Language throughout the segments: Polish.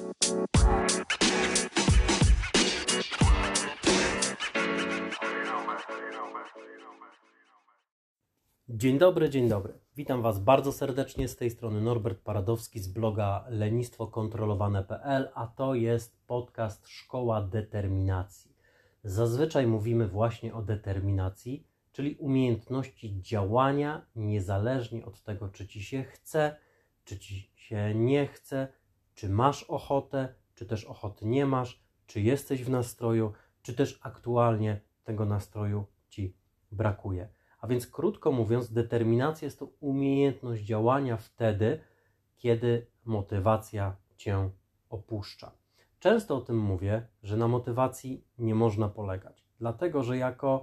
Dzień dobry, dzień dobry. Witam Was bardzo serdecznie, z tej strony Norbert Paradowski z bloga lenistwokontrolowane.pl, a to jest podcast Szkoła Determinacji. Zazwyczaj mówimy właśnie o determinacji, czyli umiejętności działania niezależnie od tego, czy Ci się chce, czy Ci się nie chce, czy masz ochotę, czy też ochoty nie masz, czy jesteś w nastroju, czy też aktualnie tego nastroju Ci brakuje. A więc krótko mówiąc, determinacja jest to umiejętność działania wtedy, kiedy motywacja Cię opuszcza. Często o tym mówię, że na motywacji nie można polegać, dlatego że jako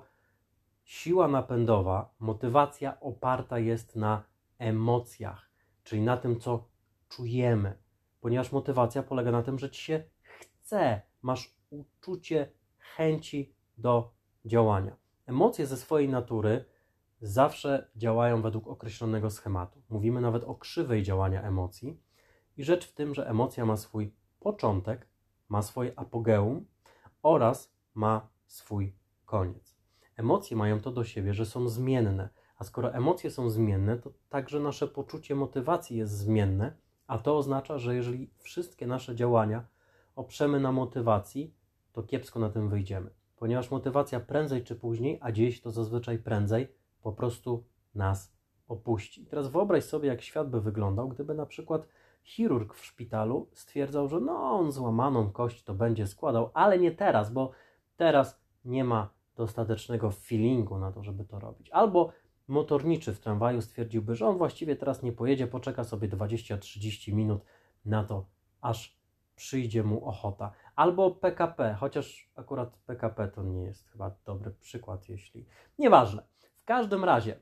siła napędowa motywacja oparta jest na emocjach, czyli na tym, co czujemy, ponieważ motywacja polega na tym, że Ci się chce, masz uczucie chęci do działania. Emocje ze swojej natury zawsze działają według określonego schematu. Mówimy nawet o krzywej działania emocji i rzecz w tym, że emocja ma swój początek, ma swoje apogeum oraz ma swój koniec. Emocje mają to do siebie, że są zmienne, a skoro emocje są zmienne, to także nasze poczucie motywacji jest zmienne, a to oznacza, że jeżeli wszystkie nasze działania oprzemy na motywacji, to kiepsko na tym wyjdziemy, ponieważ motywacja prędzej czy później, a dzieje się to zazwyczaj prędzej, po prostu nas opuści. I teraz wyobraź sobie, jak świat by wyglądał, gdyby na przykład chirurg w szpitalu stwierdzał, że on złamaną kość to będzie składał, ale nie teraz, bo teraz nie ma dostatecznego feelingu na to, żeby to robić. Albo motorniczy w tramwaju stwierdziłby, że on właściwie teraz nie pojedzie, poczeka sobie 20-30 minut na to, aż przyjdzie mu ochota. Albo PKP, chociaż akurat PKP to nie jest chyba dobry przykład, jeśli... Nieważne. W każdym razie,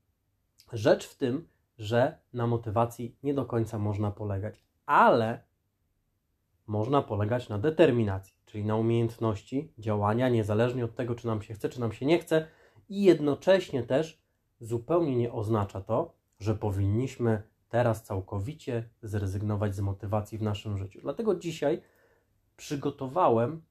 rzecz w tym, że na motywacji nie do końca można polegać, ale można polegać na determinacji, czyli na umiejętności działania, niezależnie od tego, czy nam się chce, czy nam się nie chce, i jednocześnie też zupełnie nie oznacza to, że powinniśmy teraz całkowicie zrezygnować z motywacji w naszym życiu. Dlatego dzisiaj przygotowałem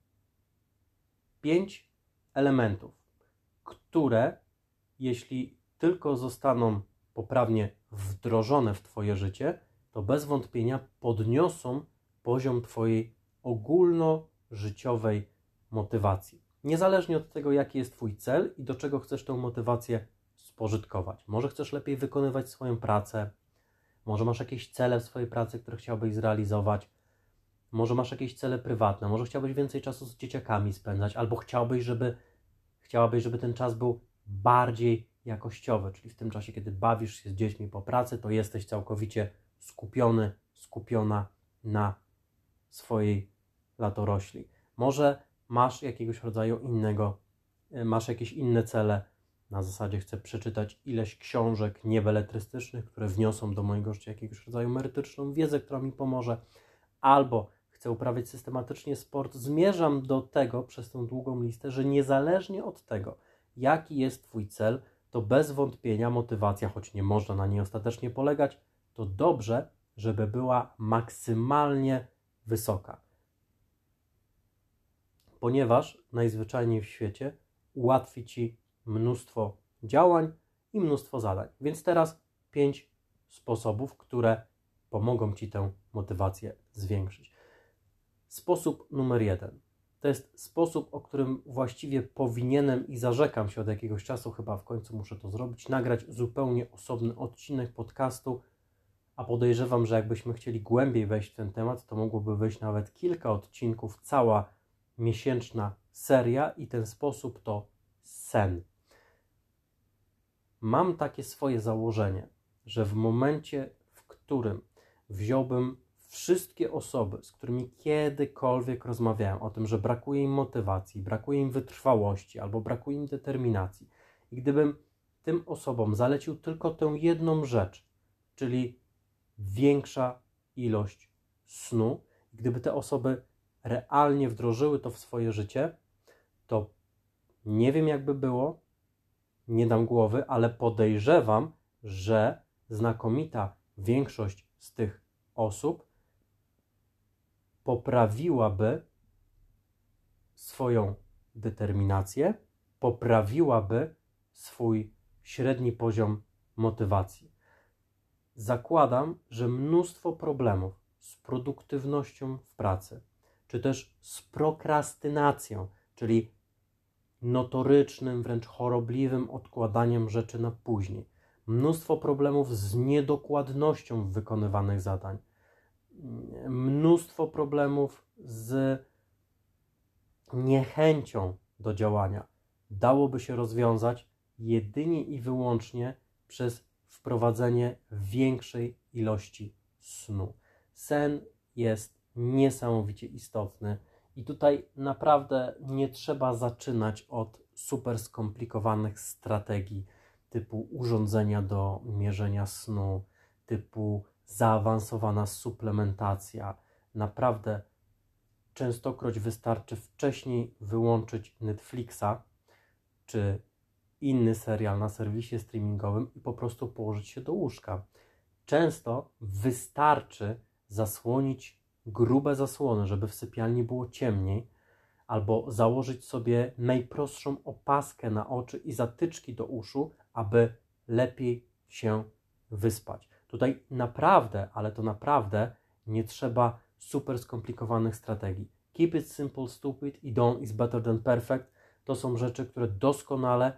5 elementów, które, jeśli tylko zostaną poprawnie wdrożone w Twoje życie, to bez wątpienia podniosą poziom Twojej ogólnożyciowej motywacji. Niezależnie od tego, jaki jest Twój cel i do czego chcesz tę motywację spożytkować. Może chcesz lepiej wykonywać swoją pracę, może masz jakieś cele w swojej pracy, które chciałbyś zrealizować, może masz jakieś cele prywatne, może chciałbyś więcej czasu z dzieciakami spędzać, albo chciałabyś, żeby ten czas był bardziej jakościowy, czyli w tym czasie, kiedy bawisz się z dziećmi po pracy, to jesteś całkowicie skupiony, skupiona na swojej latorośli. Może masz jakiegoś rodzaju masz jakieś inne cele, na zasadzie chcę przeczytać ileś książek niebeletrystycznych, które wniosą do mojego życia jakiegoś rodzaju merytoryczną wiedzę, która mi pomoże, albo chcę uprawiać systematycznie sport. Zmierzam do tego przez tę długą listę, że niezależnie od tego, jaki jest Twój cel, to bez wątpienia motywacja, choć nie można na niej ostatecznie polegać, to dobrze, żeby była maksymalnie wysoka. Ponieważ najzwyczajniej w świecie ułatwi Ci mnóstwo działań i mnóstwo zadań. Więc teraz 5 sposobów, które pomogą Ci tę motywację zwiększyć. Sposób numer 1. To jest sposób, o którym właściwie powinienem i zarzekam się od jakiegoś czasu, chyba w końcu muszę to zrobić, nagrać zupełnie osobny odcinek podcastu, a podejrzewam, że jakbyśmy chcieli głębiej wejść w ten temat, to mogłoby wyjść nawet kilka odcinków, cała miesięczna seria i ten sposób to sen. Mam takie swoje założenie, że w momencie, w którym wziąłbym wszystkie osoby, z którymi kiedykolwiek rozmawiałem o tym, że brakuje im motywacji, brakuje im wytrwałości albo brakuje im determinacji, i gdybym tym osobom zalecił tylko tę jedną rzecz, czyli większa ilość snu, gdyby te osoby realnie wdrożyły to w swoje życie, to nie wiem, jakby było, nie dam głowy, ale podejrzewam, że znakomita większość z tych osób poprawiłaby swoją determinację, poprawiłaby swój średni poziom motywacji. Zakładam, że mnóstwo problemów z produktywnością w pracy, czy też z prokrastynacją, czyli notorycznym, wręcz chorobliwym odkładaniem rzeczy na później, mnóstwo problemów z niedokładnością w wykonywanych zadań, mnóstwo problemów z niechęcią do działania dałoby się rozwiązać jedynie i wyłącznie przez wprowadzenie większej ilości snu. Sen jest niesamowicie istotny i tutaj naprawdę nie trzeba zaczynać od super skomplikowanych strategii typu urządzenia do mierzenia snu, typu zaawansowana suplementacja. Naprawdę częstokroć wystarczy wcześniej wyłączyć Netflixa czy inny serial na serwisie streamingowym i po prostu położyć się do łóżka. Często wystarczy zasłonić grube zasłony, żeby w sypialni było ciemniej, albo założyć sobie najprostszą opaskę na oczy i zatyczki do uszu, aby lepiej się wyspać. Tutaj naprawdę, ale to naprawdę nie trzeba super skomplikowanych strategii. Keep it simple, stupid i done is better than perfect. To są rzeczy, które doskonale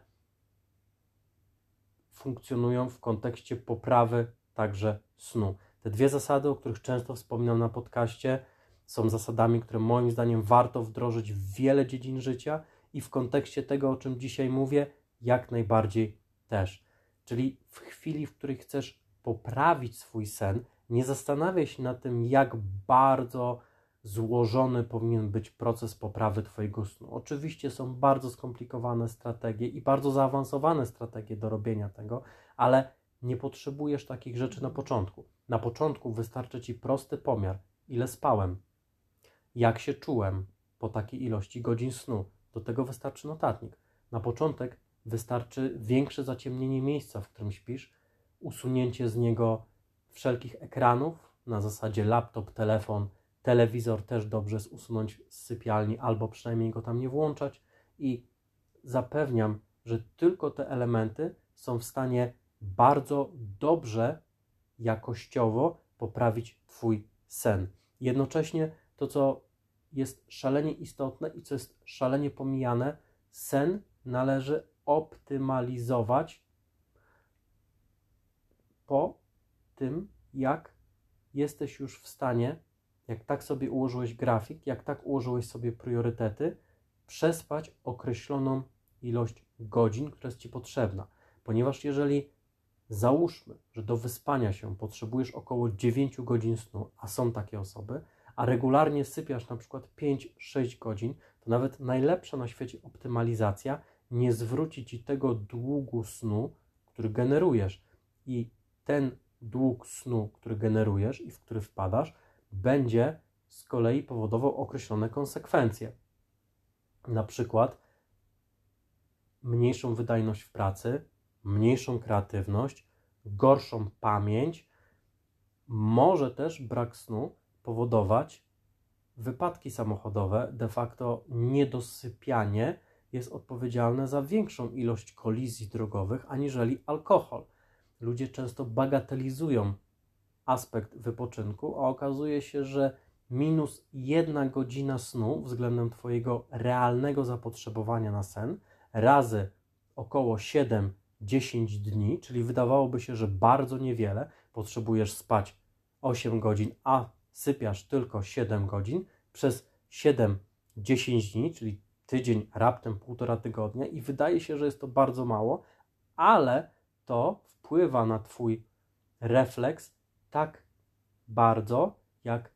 funkcjonują w kontekście poprawy także snu. Te dwie zasady, o których często wspominam na podcaście, są zasadami, które moim zdaniem warto wdrożyć w wiele dziedzin życia i w kontekście tego, o czym dzisiaj mówię, jak najbardziej też. Czyli w chwili, w której chcesz poprawić swój sen, nie zastanawiaj się nad tym, jak bardzo złożony powinien być proces poprawy Twojego snu. Oczywiście są bardzo skomplikowane strategie i bardzo zaawansowane strategie do robienia tego, ale nie potrzebujesz takich rzeczy na początku. Na początku wystarczy Ci prosty pomiar, ile spałem, jak się czułem po takiej ilości godzin snu. Do tego wystarczy notatnik. Na początek wystarczy większe zaciemnienie miejsca, w którym śpisz, usunięcie z niego wszelkich ekranów, na zasadzie laptop, telefon, telewizor też dobrze jest usunąć z sypialni albo przynajmniej go tam nie włączać i zapewniam, że tylko te elementy są w stanie bardzo dobrze, jakościowo poprawić Twój sen. Jednocześnie to, co jest szalenie istotne i co jest szalenie pomijane, sen należy optymalizować po tym, jak jesteś już w stanie, jak tak sobie ułożyłeś grafik, jak tak ułożyłeś sobie priorytety, przespać określoną ilość godzin, która jest Ci potrzebna. Ponieważ jeżeli załóżmy, że do wyspania się potrzebujesz około 9 godzin snu, a są takie osoby, a regularnie sypiasz na przykład 5-6 godzin, to nawet najlepsza na świecie optymalizacja nie zwróci Ci tego długu snu, który generujesz. I ten dług snu, który generujesz i w który wpadasz, będzie z kolei powodował określone konsekwencje. Na przykład mniejszą wydajność w pracy, mniejszą kreatywność, gorszą pamięć. Może też brak snu powodować wypadki samochodowe. De facto niedosypianie jest odpowiedzialne za większą ilość kolizji drogowych aniżeli alkohol. Ludzie często bagatelizują aspekt wypoczynku, a okazuje się, że minus 1 godzina snu względem Twojego realnego zapotrzebowania na sen razy około 7-10 dni, czyli wydawałoby się, że bardzo niewiele, potrzebujesz spać 8 godzin, a sypiasz tylko 7 godzin, przez 7-10 dni, czyli tydzień, raptem 1,5 tygodnia i wydaje się, że jest to bardzo mało, ale to wpływa na Twój refleks tak bardzo, jak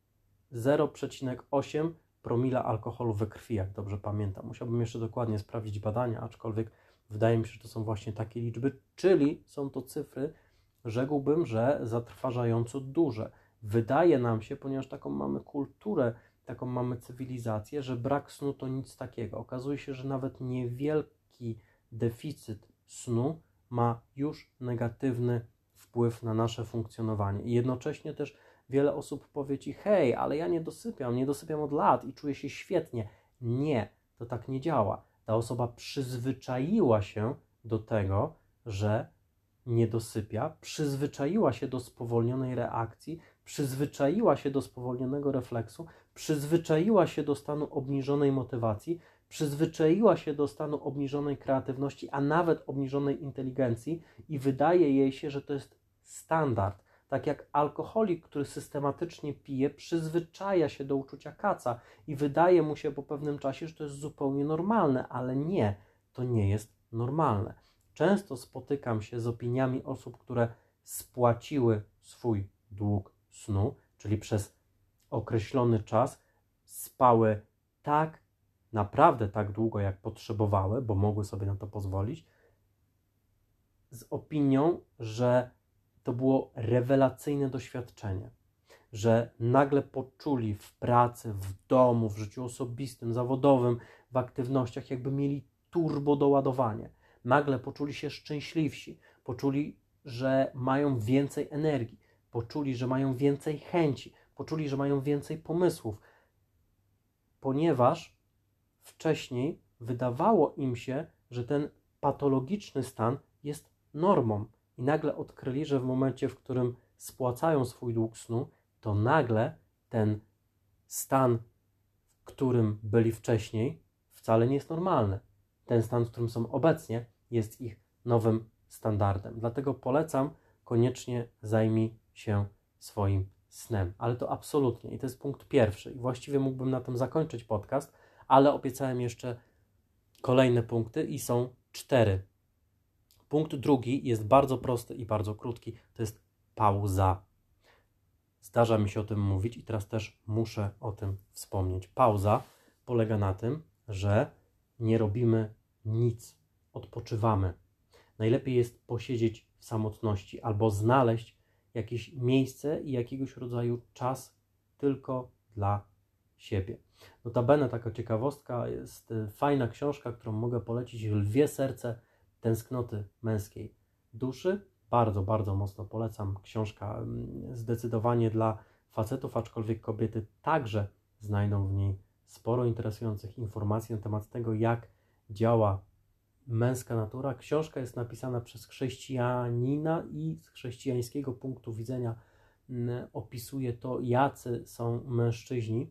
0,8 promila alkoholu we krwi, jak dobrze pamiętam. Musiałbym jeszcze dokładnie sprawdzić badania, aczkolwiek wydaje mi się, że to są właśnie takie liczby, czyli są to cyfry, rzekłbym, że zatrważająco duże. Wydaje nam się, ponieważ taką mamy kulturę, taką mamy cywilizację, że brak snu to nic takiego. Okazuje się, że nawet niewielki deficyt snu ma już negatywny wpływ na nasze funkcjonowanie. I jednocześnie też Wiele osób powie Ci, hej, ale ja nie dosypiam od lat i czuję się świetnie. Nie, to tak nie działa. Ta osoba przyzwyczaiła się do tego, że nie dosypia, przyzwyczaiła się do spowolnionej reakcji, przyzwyczaiła się do spowolnionego refleksu, przyzwyczaiła się do stanu obniżonej motywacji, przyzwyczaiła się do stanu obniżonej kreatywności, a nawet obniżonej inteligencji i wydaje jej się, że to jest standard. Tak jak alkoholik, który systematycznie pije, przyzwyczaja się do uczucia kaca i wydaje mu się po pewnym czasie, że to jest zupełnie normalne, ale nie, to nie jest normalne. Często spotykam się z opiniami osób, które spłaciły swój dług snu, czyli przez określony czas spały tak, naprawdę tak długo, jak potrzebowały, bo mogły sobie na to pozwolić, z opinią, że to było rewelacyjne doświadczenie, że nagle poczuli w pracy, w domu, w życiu osobistym, zawodowym, w aktywnościach, jakby mieli turbo doładowanie. Nagle poczuli się szczęśliwsi, poczuli, że mają więcej energii, poczuli, że mają więcej chęci, poczuli, że mają więcej pomysłów, ponieważ wcześniej wydawało im się, że ten patologiczny stan jest normą i nagle odkryli, że w momencie, w którym spłacają swój dług snu, to nagle ten stan, w którym byli wcześniej, wcale nie jest normalny. Ten stan, w którym są obecnie, jest ich nowym standardem. Dlatego polecam, koniecznie zajmij się swoim snem. Ale to absolutnie. I to jest punkt pierwszy. I właściwie mógłbym na tym zakończyć podcast, ale obiecałem jeszcze kolejne punkty i są 4. Punkt drugi jest bardzo prosty i bardzo krótki. To jest pauza. Zdarza mi się o tym mówić i teraz też muszę o tym wspomnieć. Pauza polega na tym, że nie robimy nic, odpoczywamy. Najlepiej jest posiedzieć w samotności albo znaleźć jakieś miejsce i jakiegoś rodzaju czas tylko dla siebie. Notabene taka ciekawostka, jest fajna książka, którą mogę polecić, Lwie serce tęsknoty męskiej duszy. Bardzo, bardzo mocno polecam. Książka zdecydowanie dla facetów, aczkolwiek kobiety także znajdą w niej sporo interesujących informacji na temat tego, jak działa męska natura. Książka jest napisana przez chrześcijanina i z chrześcijańskiego punktu widzenia opisuje to, jacy są mężczyźni.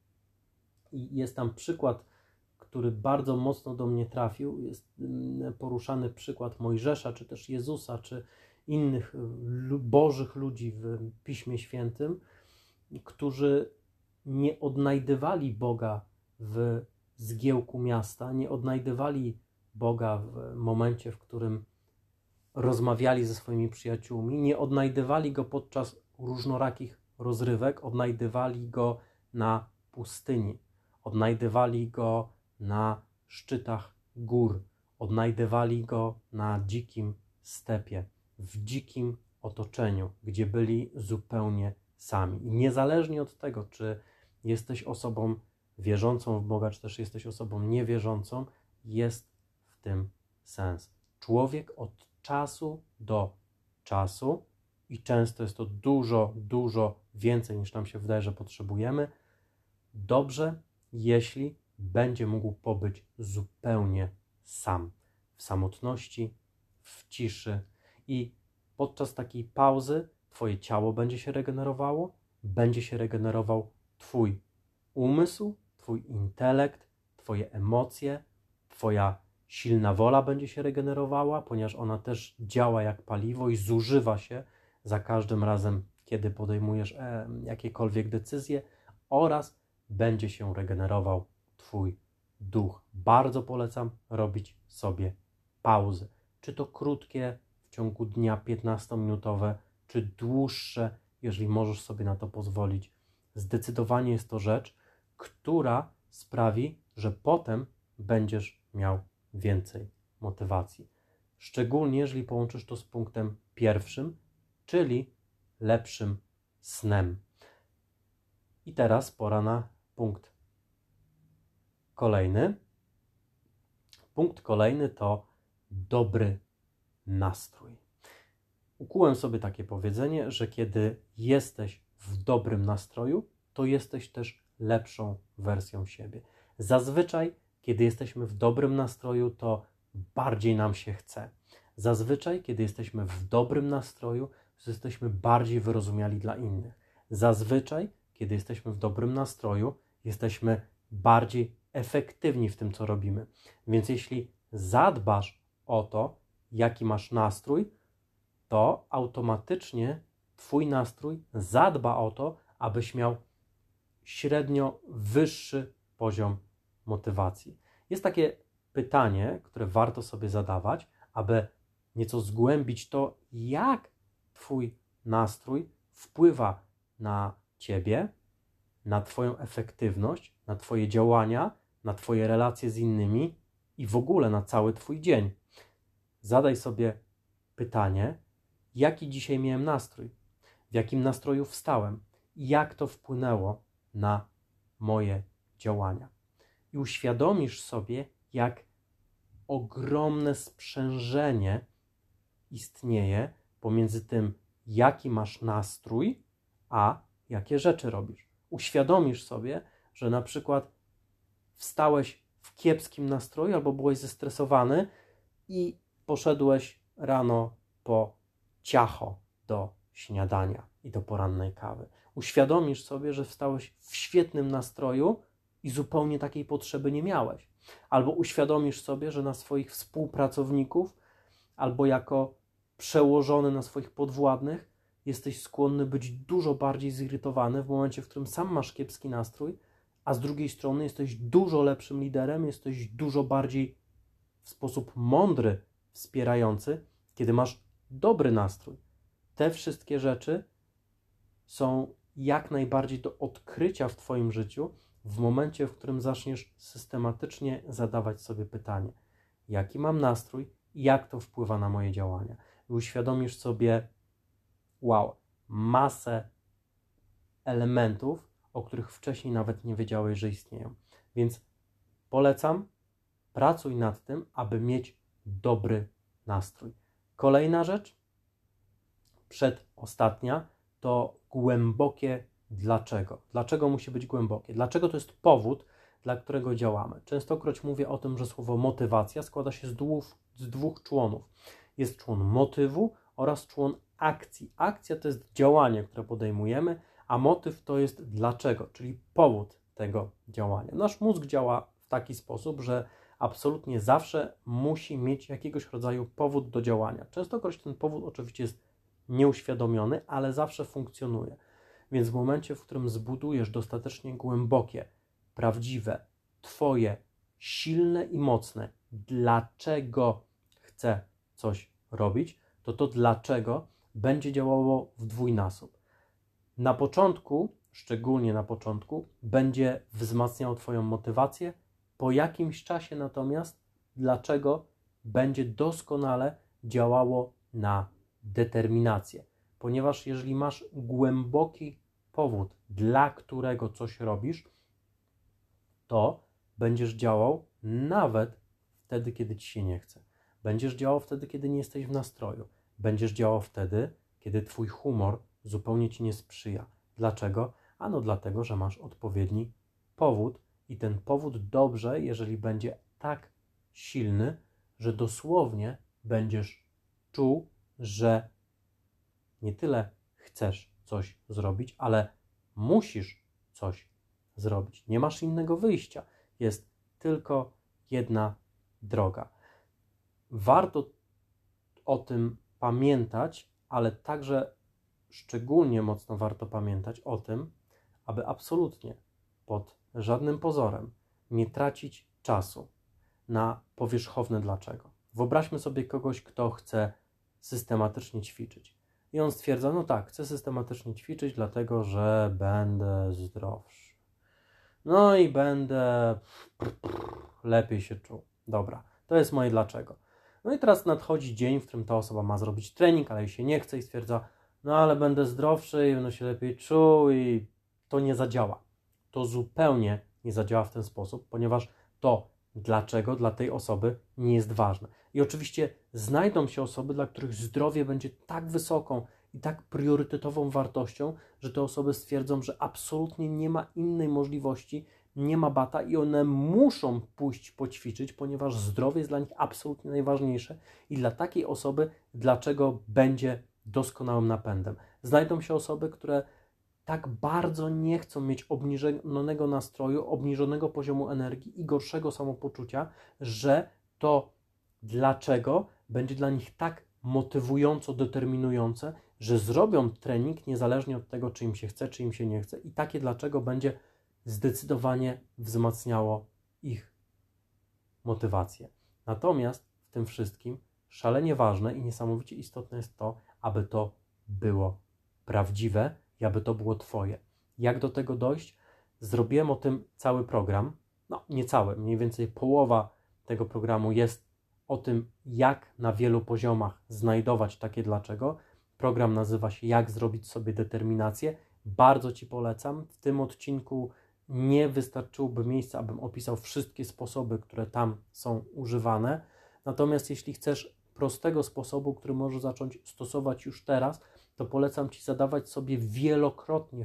I jest tam przykład, który bardzo mocno do mnie trafił. Jest poruszany przykład Mojżesza, czy też Jezusa, czy innych bożych ludzi w Piśmie Świętym, którzy nie odnajdywali Boga w zgiełku miasta, nie odnajdywali Boga w momencie, w którym rozmawiali ze swoimi przyjaciółmi, nie odnajdywali Go podczas różnorakich rozrywek, odnajdywali Go na pustyni, odnajdywali Go na szczytach gór, odnajdywali Go na dzikim stepie, w dzikim otoczeniu, gdzie byli zupełnie sami. I niezależnie od tego, czy jesteś osobą wierzącą w Boga, czy też jesteś osobą niewierzącą, jest w tym sens. Człowiek od czasu do czasu, i często jest to dużo, dużo więcej niż nam się wydaje, że potrzebujemy, dobrze, jeśli będzie mógł pobyć zupełnie sam, w samotności, w ciszy i podczas takiej pauzy Twoje ciało będzie się regenerowało, będzie się regenerował Twój umysł, Twój intelekt, Twoje emocje, Twoja silna wola będzie się regenerowała, ponieważ ona też działa jak paliwo i zużywa się za każdym razem, kiedy podejmujesz jakiekolwiek decyzje, oraz będzie się regenerował Twój duch. Bardzo polecam robić sobie pauzy. Czy to krótkie, w ciągu dnia 15-minutowe, czy dłuższe, jeżeli możesz sobie na to pozwolić. Zdecydowanie jest to rzecz, która sprawi, że potem będziesz miał więcej motywacji. Szczególnie, jeżeli połączysz to z punktem pierwszym, czyli lepszym snem. I teraz pora na punkt kolejny. Punkt kolejny to dobry nastrój. Ukułem sobie takie powiedzenie, że kiedy jesteś w dobrym nastroju, to jesteś też lepszą wersją siebie. Zazwyczaj, kiedy jesteśmy w dobrym nastroju, to bardziej nam się chce. Zazwyczaj, kiedy jesteśmy w dobrym nastroju, to jesteśmy bardziej wyrozumiali dla innych. Zazwyczaj, kiedy jesteśmy w dobrym nastroju, jesteśmy bardziej efektywni w tym, co robimy. Więc jeśli zadbasz o to, jaki masz nastrój, to automatycznie Twój nastrój zadba o to, abyś miał średnio wyższy poziom motywacji. Jest takie pytanie, które warto sobie zadawać, aby nieco zgłębić to, jak Twój nastrój wpływa na Ciebie, na Twoją efektywność, na Twoje działania, na Twoje relacje z innymi i w ogóle na cały Twój dzień. Zadaj sobie pytanie, jaki dzisiaj miałem nastrój, w jakim nastroju wstałem i jak to wpłynęło na moje działania. I uświadomisz sobie, jak ogromne sprzężenie istnieje pomiędzy tym, jaki masz nastrój, a jakie rzeczy robisz. Uświadomisz sobie, że na przykład wstałeś w kiepskim nastroju albo byłeś zestresowany i poszedłeś rano po ciacho do śniadania i do porannej kawy. Uświadomisz sobie, że wstałeś w świetnym nastroju i zupełnie takiej potrzeby nie miałeś. Albo uświadomisz sobie, że na swoich współpracowników albo jako przełożony na swoich podwładnych jesteś skłonny być dużo bardziej zirytowany w momencie, w którym sam masz kiepski nastrój, a z drugiej strony jesteś dużo lepszym liderem, jesteś dużo bardziej w sposób mądry wspierający, kiedy masz dobry nastrój. Te wszystkie rzeczy są jak najbardziej do odkrycia w Twoim życiu w momencie, w którym zaczniesz systematycznie zadawać sobie pytanie, jaki mam nastrój i jak to wpływa na moje działania. I uświadomisz sobie, masę elementów, o których wcześniej nawet nie wiedziałeś, że istnieją. Więc polecam, pracuj nad tym, aby mieć dobry nastrój. Kolejna rzecz, przedostatnia, to głębokie dlaczego. Dlaczego musi być głębokie? Dlaczego to jest powód, dla którego działamy? Częstokroć mówię o tym, że słowo motywacja składa się z dwóch członów. Jest człon motywu oraz człon akcji. Akcja to jest działanie, które podejmujemy, a motyw to jest dlaczego, czyli powód tego działania. Nasz mózg działa w taki sposób, że absolutnie zawsze musi mieć jakiegoś rodzaju powód do działania. Częstokroć ten powód oczywiście jest nieuświadomiony, ale zawsze funkcjonuje. Więc w momencie, w którym zbudujesz dostatecznie głębokie, prawdziwe, Twoje silne i mocne dlaczego chcę coś robić, to dlaczego będzie działało w dwójnasób. Na początku, szczególnie na początku, będzie wzmacniało Twoją motywację, po jakimś czasie natomiast dlaczego będzie doskonale działało na determinację. Ponieważ jeżeli masz głęboki powód, dla którego coś robisz, to będziesz działał nawet wtedy, kiedy Ci się nie chce. Będziesz działał wtedy, kiedy nie jesteś w nastroju. Będziesz działał wtedy, kiedy Twój humor zupełnie Ci nie sprzyja. Dlaczego? Ano dlatego, że masz odpowiedni powód i ten powód dobrze, jeżeli będzie tak silny, że dosłownie będziesz czuł, że nie tyle chcesz coś zrobić, ale musisz coś zrobić. Nie masz innego wyjścia. Jest tylko jedna droga. Warto o tym pamiętać, ale także szczególnie mocno warto pamiętać o tym, aby absolutnie pod żadnym pozorem nie tracić czasu na powierzchowne dlaczego. Wyobraźmy sobie kogoś, kto chce systematycznie ćwiczyć. I on stwierdza, no tak, chcę systematycznie ćwiczyć, dlatego że będę zdrowszy. No i będę lepiej się czuł. Dobra, to jest moje dlaczego. No i teraz nadchodzi dzień, w którym ta osoba ma zrobić trening, ale jej się nie chce i stwierdza, no ale będę zdrowszy i będę się lepiej czuł i to nie zadziała. To zupełnie nie zadziała w ten sposób, ponieważ to dlaczego dla tej osoby nie jest ważne. I oczywiście znajdą się osoby, dla których zdrowie będzie tak wysoką i tak priorytetową wartością, że te osoby stwierdzą, że absolutnie nie ma innej możliwości, nie ma bata i one muszą pójść poćwiczyć, ponieważ zdrowie jest dla nich absolutnie najważniejsze i dla takiej osoby dlaczego będzie doskonałym napędem. Znajdą się osoby, które tak bardzo nie chcą mieć obniżonego nastroju, obniżonego poziomu energii i gorszego samopoczucia, że to dlaczego będzie dla nich tak motywująco, determinujące, że zrobią trening niezależnie od tego, czy im się chce, czy im się nie chce i takie dlaczego będzie zdecydowanie wzmacniało ich motywację. Natomiast w tym wszystkim szalenie ważne i niesamowicie istotne jest to, aby to było prawdziwe i aby to było Twoje. Jak do tego dojść? Zrobiłem o tym cały program, no nie cały, mniej więcej połowa tego programu jest o tym, jak na wielu poziomach znajdować takie dlaczego. Program nazywa się Jak zrobić sobie determinację. Bardzo Ci polecam. W tym odcinku nie wystarczyłoby miejsca, abym opisał wszystkie sposoby, które tam są używane. Natomiast jeśli chcesz prostego sposobu, który możesz zacząć stosować już teraz, to polecam Ci zadawać sobie wielokrotnie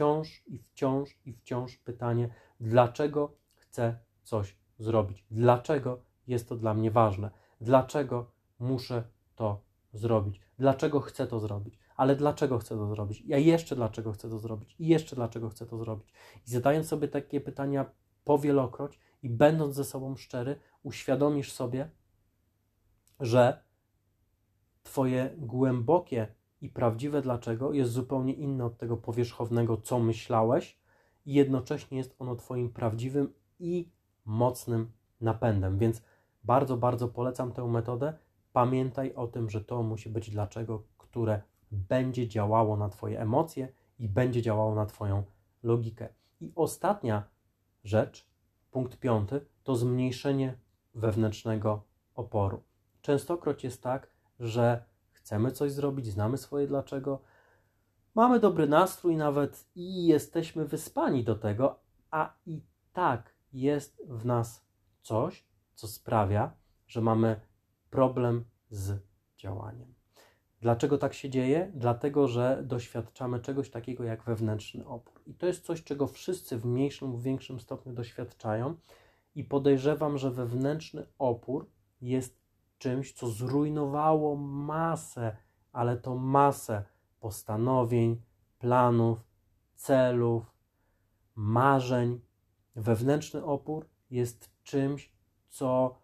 wciąż pytanie, dlaczego chcę coś zrobić, dlaczego jest to dla mnie ważne, dlaczego muszę to zrobić, dlaczego chcę to zrobić, ale dlaczego chcę to zrobić, ja jeszcze dlaczego chcę to zrobić i jeszcze dlaczego chcę to zrobić. I zadając sobie takie pytania powielokroć i będąc ze sobą szczery, uświadomisz sobie, że Twoje głębokie i prawdziwe dlaczego jest zupełnie inne od tego powierzchownego, co myślałeś i jednocześnie jest ono Twoim prawdziwym i mocnym napędem. Więc bardzo, bardzo polecam tę metodę. Pamiętaj o tym, że to musi być dlaczego, które będzie działało na Twoje emocje i będzie działało na Twoją logikę. I ostatnia rzecz, punkt 5, to zmniejszenie wewnętrznego oporu. Częstokroć jest tak, że chcemy coś zrobić, znamy swoje dlaczego, mamy dobry nastrój nawet i jesteśmy wyspani do tego, a i tak jest w nas coś, co sprawia, że mamy problem z działaniem. Dlaczego tak się dzieje? Dlatego, że doświadczamy czegoś takiego jak wewnętrzny opór. I to jest coś, czego wszyscy w mniejszym lub większym stopniu doświadczają i podejrzewam, że wewnętrzny opór jest czymś, co zrujnowało masę, ale to masę postanowień, planów, celów, marzeń. Wewnętrzny opór jest czymś, co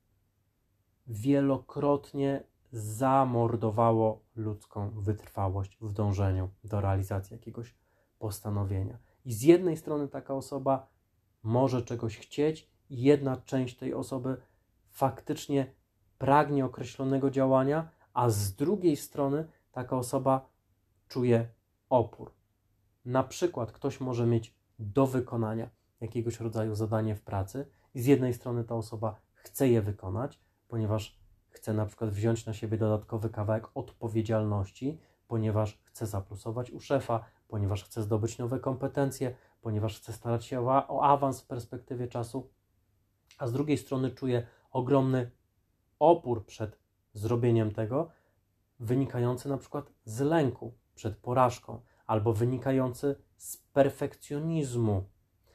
wielokrotnie zamordowało ludzką wytrwałość w dążeniu do realizacji jakiegoś postanowienia. I z jednej strony taka osoba może czegoś chcieć i jedna część tej osoby faktycznie pragnie określonego działania, a z drugiej strony taka osoba czuje opór. Na przykład ktoś może mieć do wykonania jakiegoś rodzaju zadanie w pracy i z jednej strony ta osoba chce je wykonać, ponieważ chce na przykład wziąć na siebie dodatkowy kawałek odpowiedzialności, ponieważ chce zaplusować u szefa, ponieważ chce zdobyć nowe kompetencje, ponieważ chce starać się o awans w perspektywie czasu, a z drugiej strony czuje ogromny opór przed zrobieniem tego, wynikający na przykład z lęku przed porażką, albo wynikający z perfekcjonizmu,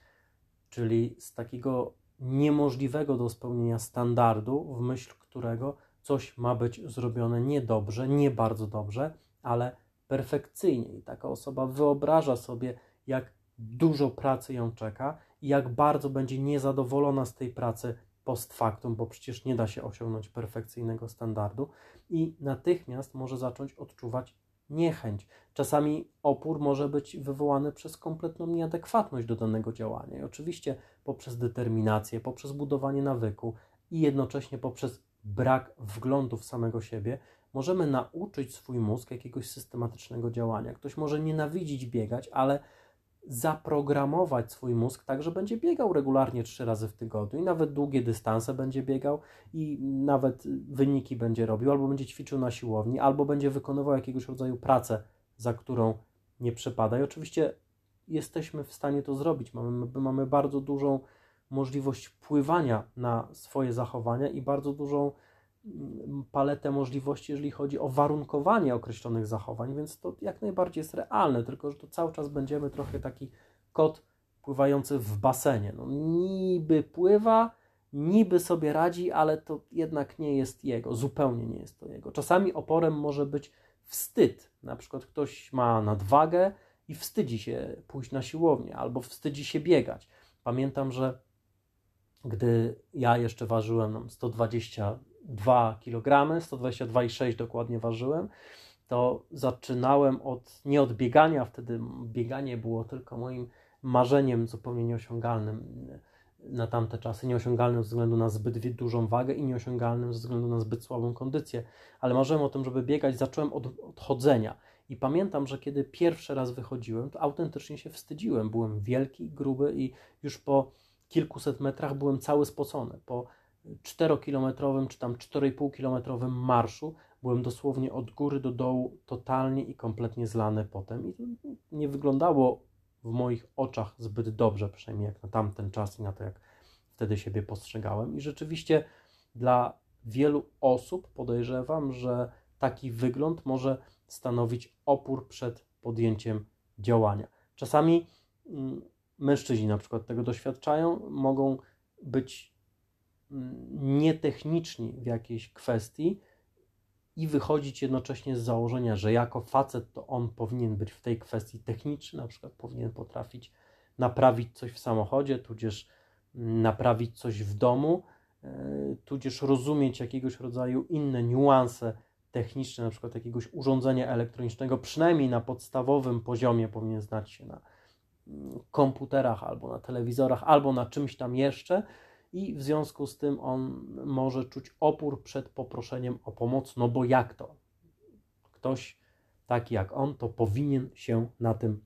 czyli z takiego niemożliwego do spełnienia standardu, w myśl którego coś ma być zrobione nie dobrze, nie bardzo dobrze, ale perfekcyjnie. I taka osoba wyobraża sobie, jak dużo pracy ją czeka i jak bardzo będzie niezadowolona z tej pracy post factum, bo przecież nie da się osiągnąć perfekcyjnego standardu i natychmiast może zacząć odczuwać niechęć. Czasami opór może być wywołany przez kompletną nieadekwatność do danego działania i oczywiście poprzez determinację, poprzez budowanie nawyku i jednocześnie poprzez brak wglądu w samego siebie możemy nauczyć swój mózg jakiegoś systematycznego działania. Ktoś może nienawidzić biegać, ale zaprogramować swój mózg tak, że będzie biegał regularnie 3 razy w tygodniu i nawet długie dystanse będzie biegał i nawet wyniki będzie robił, albo będzie ćwiczył na siłowni, albo będzie wykonywał jakiegoś rodzaju pracę, za którą nie przepada. I oczywiście jesteśmy w stanie to zrobić. Mamy bardzo dużą możliwość wpływania na swoje zachowania i bardzo dużą paletę możliwości, jeżeli chodzi o warunkowanie określonych zachowań, więc to jak najbardziej jest realne, tylko że to cały czas będziemy trochę taki kot pływający w basenie. No, niby pływa, niby sobie radzi, ale to jednak nie jest jego, zupełnie nie jest to jego. Czasami oporem może być wstyd. Na przykład ktoś ma nadwagę i wstydzi się pójść na siłownię albo wstydzi się biegać. Pamiętam, że gdy ja jeszcze ważyłem 122 kg, 122,6 dokładnie ważyłem, to zaczynałem nie od biegania, wtedy bieganie było tylko moim marzeniem zupełnie nieosiągalnym na tamte czasy, nieosiągalnym ze względu na zbyt dużą wagę i nieosiągalnym ze względu na zbyt słabą kondycję, ale marzyłem o tym, żeby biegać, zacząłem od chodzenia i pamiętam, że kiedy pierwszy raz wychodziłem, to autentycznie się wstydziłem, byłem wielki, gruby i już po kilkuset metrach byłem cały spocony, po 4-kilometrowym czy tam 4,5-kilometrowym marszu byłem dosłownie od góry do dołu totalnie i kompletnie zlany potem i to nie wyglądało w moich oczach zbyt dobrze, przynajmniej jak na tamten czas i na to, jak wtedy siebie postrzegałem. I rzeczywiście dla wielu osób podejrzewam, że taki wygląd może stanowić opór przed podjęciem działania. Czasami mężczyźni na przykład tego doświadczają, mogą być nietechniczni w jakiejś kwestii i wychodzić jednocześnie z założenia, że jako facet to on powinien być w tej kwestii techniczny, na przykład powinien potrafić naprawić coś w samochodzie, tudzież naprawić coś w domu, tudzież rozumieć jakiegoś rodzaju inne niuanse techniczne, na przykład jakiegoś urządzenia elektronicznego, przynajmniej na podstawowym poziomie powinien znać się na komputerach, albo na telewizorach, albo na czymś tam jeszcze i w związku z tym on może czuć opór przed poproszeniem o pomoc, no bo jak to? Ktoś taki jak on, to powinien się na tym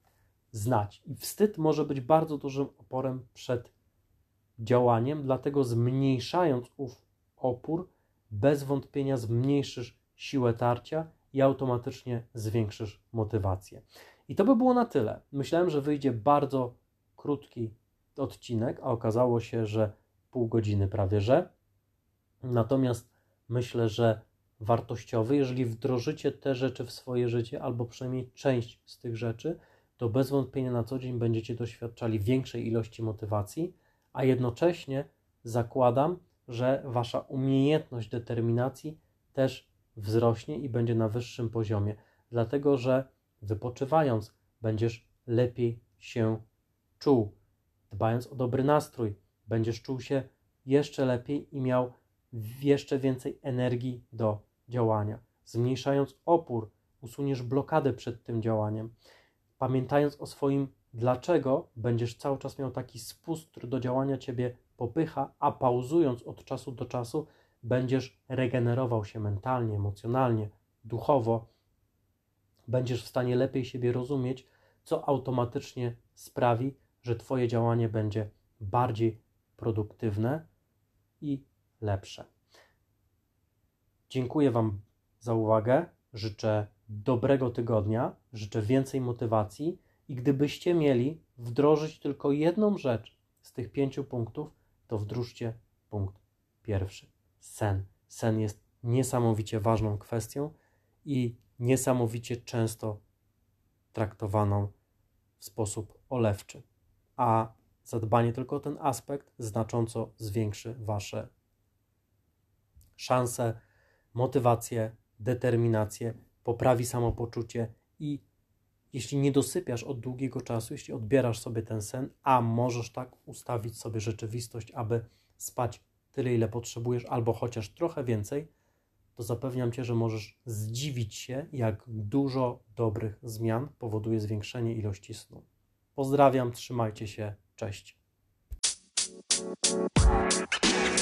znać. I wstyd może być bardzo dużym oporem przed działaniem, dlatego zmniejszając ów opór, bez wątpienia zmniejszysz siłę tarcia i automatycznie zwiększysz motywację. I to by było na tyle. Myślałem, że wyjdzie bardzo krótki odcinek, a okazało się, że pół godziny prawie że. Natomiast myślę, że wartościowy, jeżeli wdrożycie te rzeczy w swoje życie, albo przynajmniej część z tych rzeczy, to bez wątpienia na co dzień będziecie doświadczali większej ilości motywacji, a jednocześnie zakładam, że wasza umiejętność determinacji też wzrośnie i będzie na wyższym poziomie, dlatego że wypoczywając będziesz lepiej się czuł. Dbając o dobry nastrój, będziesz czuł się jeszcze lepiej i miał jeszcze więcej energii do działania. Zmniejszając opór, usuniesz blokadę przed tym działaniem. Pamiętając o swoim dlaczego, będziesz cały czas miał taki spust, który do działania ciebie popycha, a pauzując od czasu do czasu, będziesz regenerował się mentalnie, emocjonalnie, duchowo. Będziesz w stanie lepiej siebie rozumieć, co automatycznie sprawi, że twoje działanie będzie bardziej produktywne i lepsze. Dziękuję wam za uwagę, życzę dobrego tygodnia, życzę więcej motywacji i gdybyście mieli wdrożyć tylko jedną rzecz z tych 5 punktów, to wdróżcie punkt pierwszy. Sen. Sen jest niesamowicie ważną kwestią i niesamowicie często traktowaną w sposób olewczy, a zadbanie tylko o ten aspekt znacząco zwiększy wasze szanse, motywację, determinację, poprawi samopoczucie i jeśli nie dosypiasz od długiego czasu, jeśli odbierasz sobie ten sen, a możesz tak ustawić sobie rzeczywistość, aby spać tyle, ile potrzebujesz, albo chociaż trochę więcej, to zapewniam cię, że możesz zdziwić się, jak dużo dobrych zmian powoduje zwiększenie ilości snu. Pozdrawiam, trzymajcie się, cześć.